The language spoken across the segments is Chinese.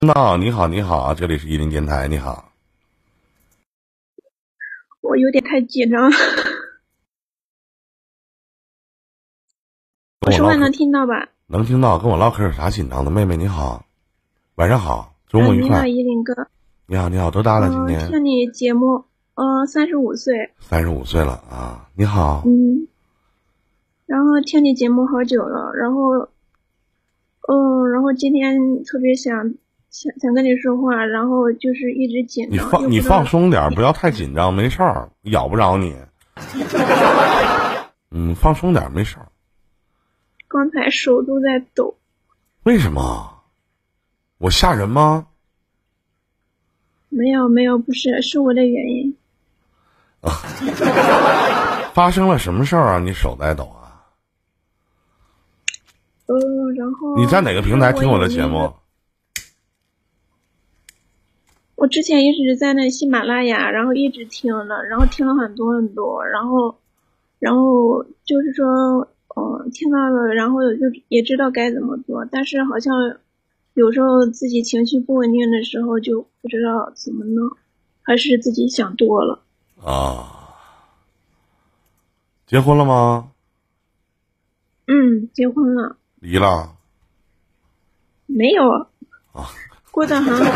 你好，你好，这里是伊林电台，你好。 我有点太紧张。我说话能听到吧？ 能听到，跟我唠嗑有啥紧张的？妹妹你好，晚上好，周末愉快。 你好，依林哥。 你好，你好，多大了？今年？ 听你节目，35岁。 35岁了啊，你好。 然后听你节目好久了，然后今天特别想跟你说话，然后就是一直紧张。 你放松点，不要太紧张，没事儿，咬不着你。放松点，没事儿。 刚才手都在抖。 为什么？我吓人吗？ 没有，不是，是我的原因。 发生了什么事儿啊？你手在抖啊？ 然后你在哪个平台听我的节目？ 我之前一直在那喜马拉雅，然后一直听了，然后听了很多很多，然后就是说，听到了，然后就也知道该怎么做，但是好像有时候自己情绪不稳定的时候就不知道怎么弄，还是自己想多了。 结婚了吗？ 结婚了。 离了？ 没有。过得很好。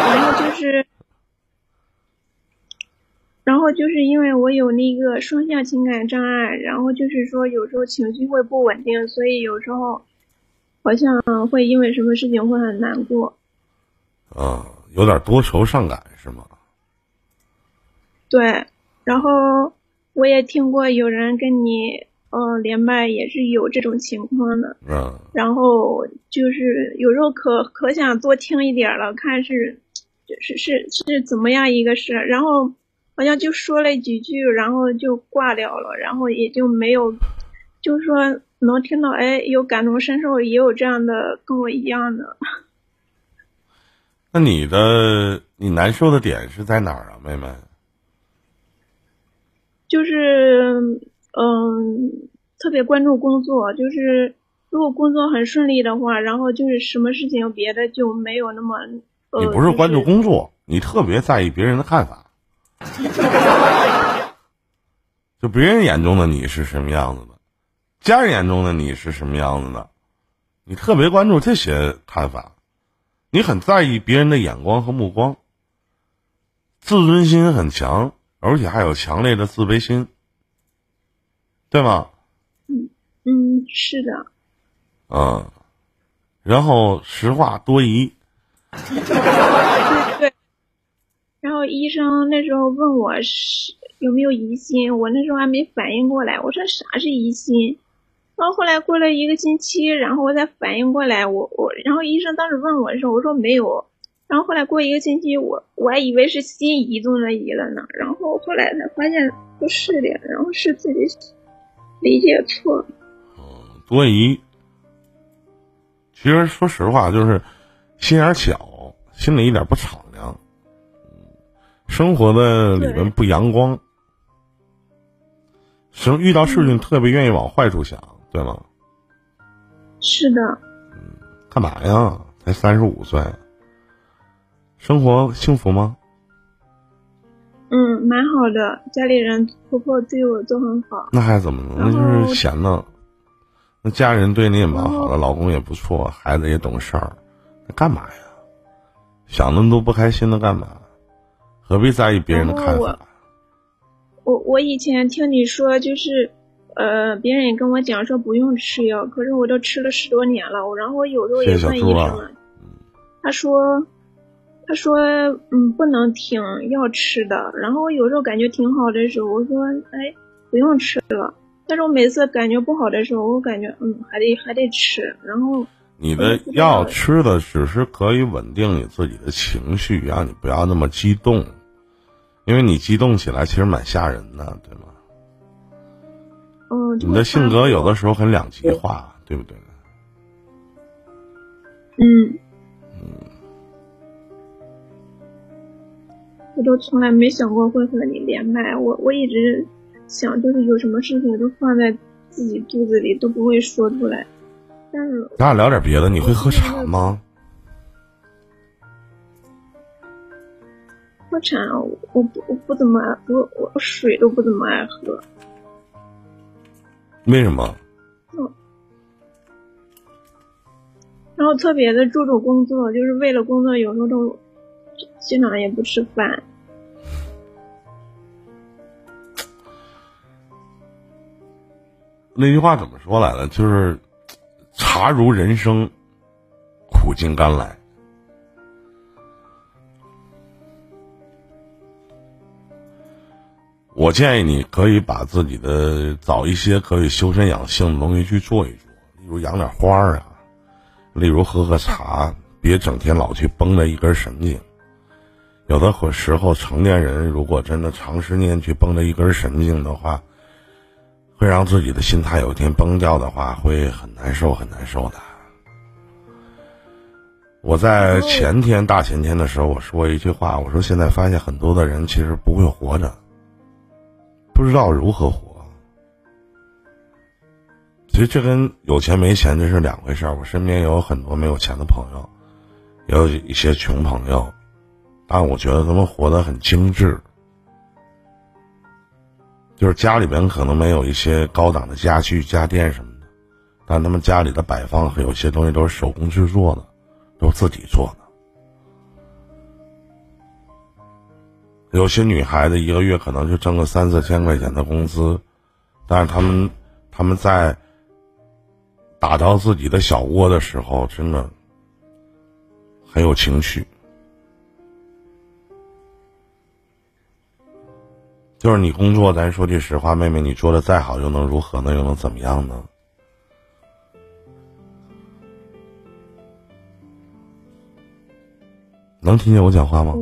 然后就是因为我有那个双向情感障碍，然后就是说有时候情绪会不稳定，所以有时候好像会因为什么事情会很难过。 有点多愁善感是吗？ 对，然后我也听过有人跟你连麦也是有这种情况的。然后就是有时候可想多听一点了，看是怎么样一个事，然后好像就说了几句，然后就挂掉了，然后也就没有，就是说能听到有感同身受，也有这样的跟我一样的。 那你难受的点是在哪儿啊，妹妹？ 就是特别关注工作，就是如果工作很顺利的话，然后就是什么事情别的就没有那么你不是关注工作，你特别在意别人的看法。就别人眼中的你是什么样子的，家人眼中的你是什么样子的，你特别关注这些看法，你很在意别人的眼光和目光，自尊心很强，而且还有强烈的自卑心，对吗？ 是的。 然后实话多疑。 对。然后医生那时候问我是有没有疑心，我那时候还没反应过来，我说啥是疑心？然后后来过了1个星期，然后我才反应过来，然后医生当时问我的时候，我说没有。然后后来过1个星期，我还以为是心移动的移了呢，然后后来才发现不是的，然后是自己理解错。 多疑。其实说实话，就是心眼小，心里一点不敞亮，生活的里面不阳光，遇到事情特别愿意往坏处想，对吗？ 是的。 干嘛呀？才35岁，生活幸福吗？ 蛮好的，家里人婆婆对我都很好。 那还怎么能？那就是闲的。那家人对你也蛮好的，老公也不错，孩子也懂事儿，那干嘛呀？想那么多不开心的干嘛？何必在意别人的看法？ 我以前听你说，就是别人也跟我讲说不用吃药，可是我都吃了10多年了，然后我有时候也问医生了，他说不能停，要吃的。然后我有时候感觉挺好的时候，我说不用吃了，但是我每次感觉不好的时候，我感觉还得吃。然后你的药吃的只是可以稳定你自己的情绪，让你不要那么激动，因为你激动起来其实蛮吓人的，对吗？你的性格有的时候很两极化，对不对？ 我都从来没想过会和你连麦，我一直想就是有什么事情都放在自己肚子里，都不会说出来。但是咱俩聊点别的，你会喝茶吗？ 喝茶我不怎么爱喝，我水都不怎么爱喝。 为什么？ 然后特别的注重工作，就是为了工作，有时候都经常也不吃饭。 那句话怎么说来了？就是茶如人生，苦尽甘来。我建议你可以把自己的找一些可以修身养性的东西去做一做，例如养点花啊，例如喝喝茶，别整天老去绷着一根神经。有的时候成年人如果真的长时间去绷着一根神经的话，会让自己的心态有一天崩掉的话，会很难受很难受的。我在大前天的时候，我说一句话，我说现在发现很多的人其实不会活着，不知道如何活。其实这跟有钱没钱这是两回事。我身边也有很多没有钱的朋友，也有一些穷朋友，但我觉得他们活得很精致，就是家里边可能没有一些高档的家具家电什么的，但他们家里的摆放和有些东西都是手工制作的，都是自己做的。有些女孩子一个月可能就挣个3-4千块钱的工资，但是他们在打造自己的小窝的时候，真的很有情趣。就是你工作，咱说句实话，妹妹，你做的再好又能如何呢？又能怎么样呢？能听见我讲话吗？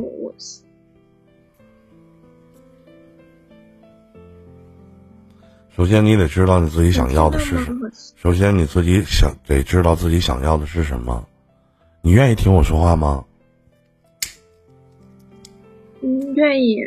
首先你得知道你自己想要的是什么。首先你自己得知道自己想要的是什么。你愿意听我说话吗？ 愿意。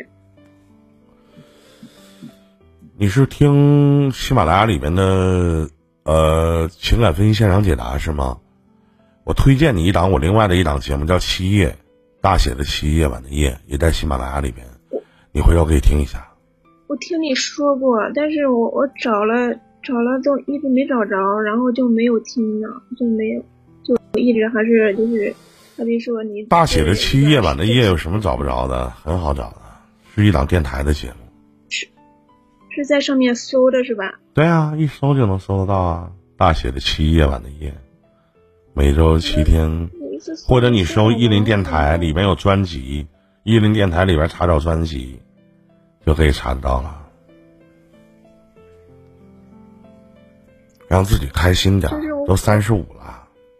你是听喜马拉雅里面的情感分析现场解答是吗？我推荐你一档我另外的一档节目叫七夜，大写的七夜晚的夜，也在喜马拉雅里边，你回头可以听一下。 我听你说过，但是我找了都一直没找着，然后就没有听呢，就一直还是就是好比说你大写的七夜晚的夜有什么找不着的？很好找的，是一档电台的节目。 是在上面搜的是吧？ 对啊，一搜就能搜得到啊。大写的七夜晚的夜，每周7天，或者你搜意林电台里面有专辑，意林电台里边查找专辑就可以查得到了。让自己开心点，都35了。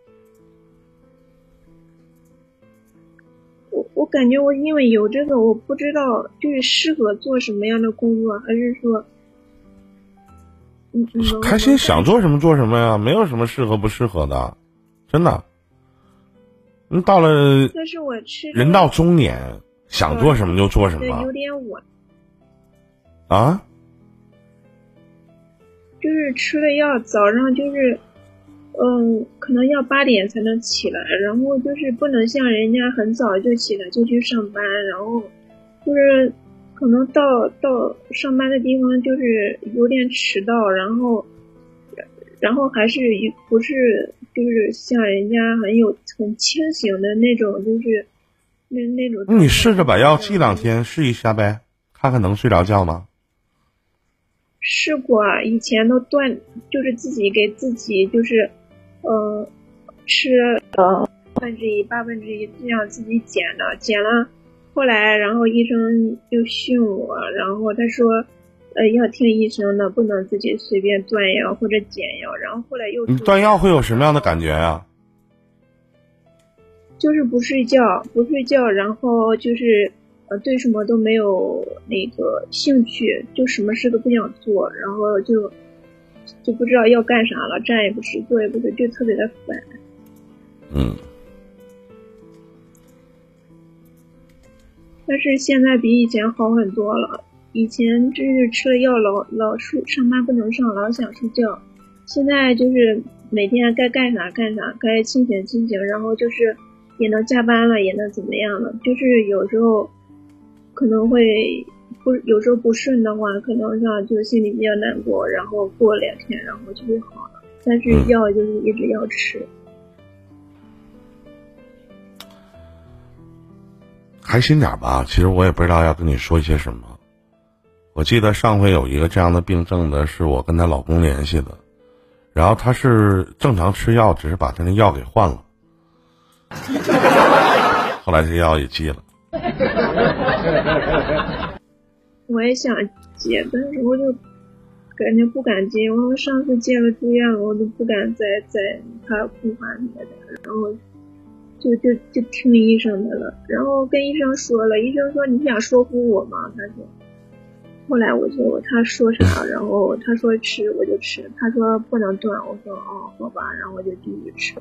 我感觉我因为有这个，我不知道就是适合做什么样的工作，还是说开心想做什么做什么呀，没有什么适合不适合的，真的。你到了但是我人到中年，想做什么就做什么。 有点晚啊， 就是吃了药，早上就是可能要8点才能起来，然后就是不能像人家很早就起来就去上班，然后就是可能到上班的地方就是有点迟到，然后还是不是就是像人家很清醒的那种，就是那种。 你试着把药剂2天试一下呗，看看能睡着觉吗？ 试过，以前都就是自己给自己就是吃1/2、1/8这样自己减了，后来然后医生就训我，然后他说要听医生的，不能自己随便断药或者减药，然后后来又你断药会有什么样的感觉呀？ 就是不睡觉，然后就是对什么都没有那个兴趣，就什么事都不想做，然后就不知道要干啥了，站也不是，坐也不是，就特别的烦。但是现在比以前好很多了，以前就是吃了药老上班不能上，老想睡觉，现在就是每天该干啥干啥，该清醒，然后就是也能加班了，也能怎么样了，就是有时候可能会有时候不顺的话，可能上就心里比较难过，然后过2天然后就会好了。但是药就是一直要吃。 开心点吧，其实我也不知道要跟你说些什么。我记得上回有一个这样的病症的，是我跟她老公联系的，然后她是正常吃药，只是把她那药给换了，后来这药也戒了。 我也想戒，但是我就感觉不敢戒。我上次戒了住院了，我都不敢再怕复发什么的，然后就听医生的了。然后跟医生说了，医生说你想说服我吗？他说。后来他说啥，然后他说吃我就吃，他说不能断，我说哦好吧，然后我就继续吃。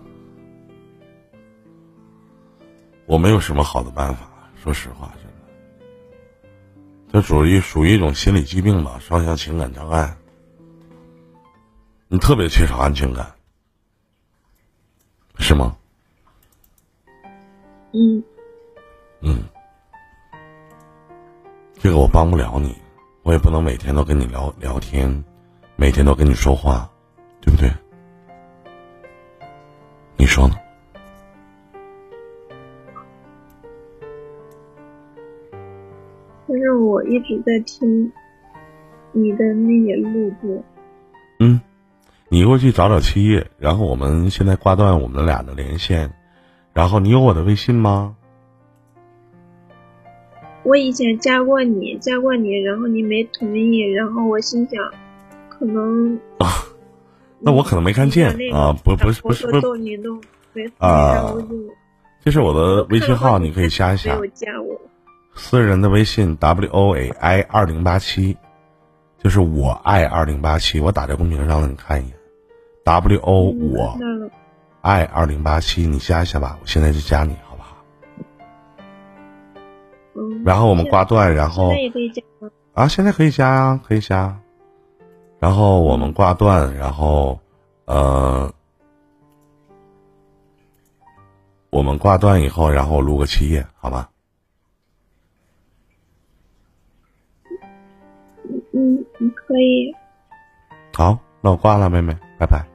我没有什么好的办法，说实话，真的，这属于一种心理疾病吧，双向情感障碍。你特别缺少安全感，是吗？这个我帮不了你，我也不能每天都跟你聊天，每天都跟你说话，对不对？你说呢？ 可是我一直在听你的那些录播。 你过去找七叶，然后我们现在挂断我们俩的连线，然后你有我的微信吗？ 我以前加过你，然后你没同意，然后我心想，可能那我可能没看见啊，不是啊，这是我的微信号，你可以加一下。私人的微信 WOAI2087，就是我爱2087，我打在公屏上了，你看一眼。WO 我爱2087，你加一下吧，我现在就加你，好不好？然后我们挂断，然后现在也可以加吗？ 啊，现在可以加啊，可以加。然后我们挂断，然后我们挂断以后，然后我录个7页，好吗？ 可以。 好，那我挂了，妹妹，拜拜。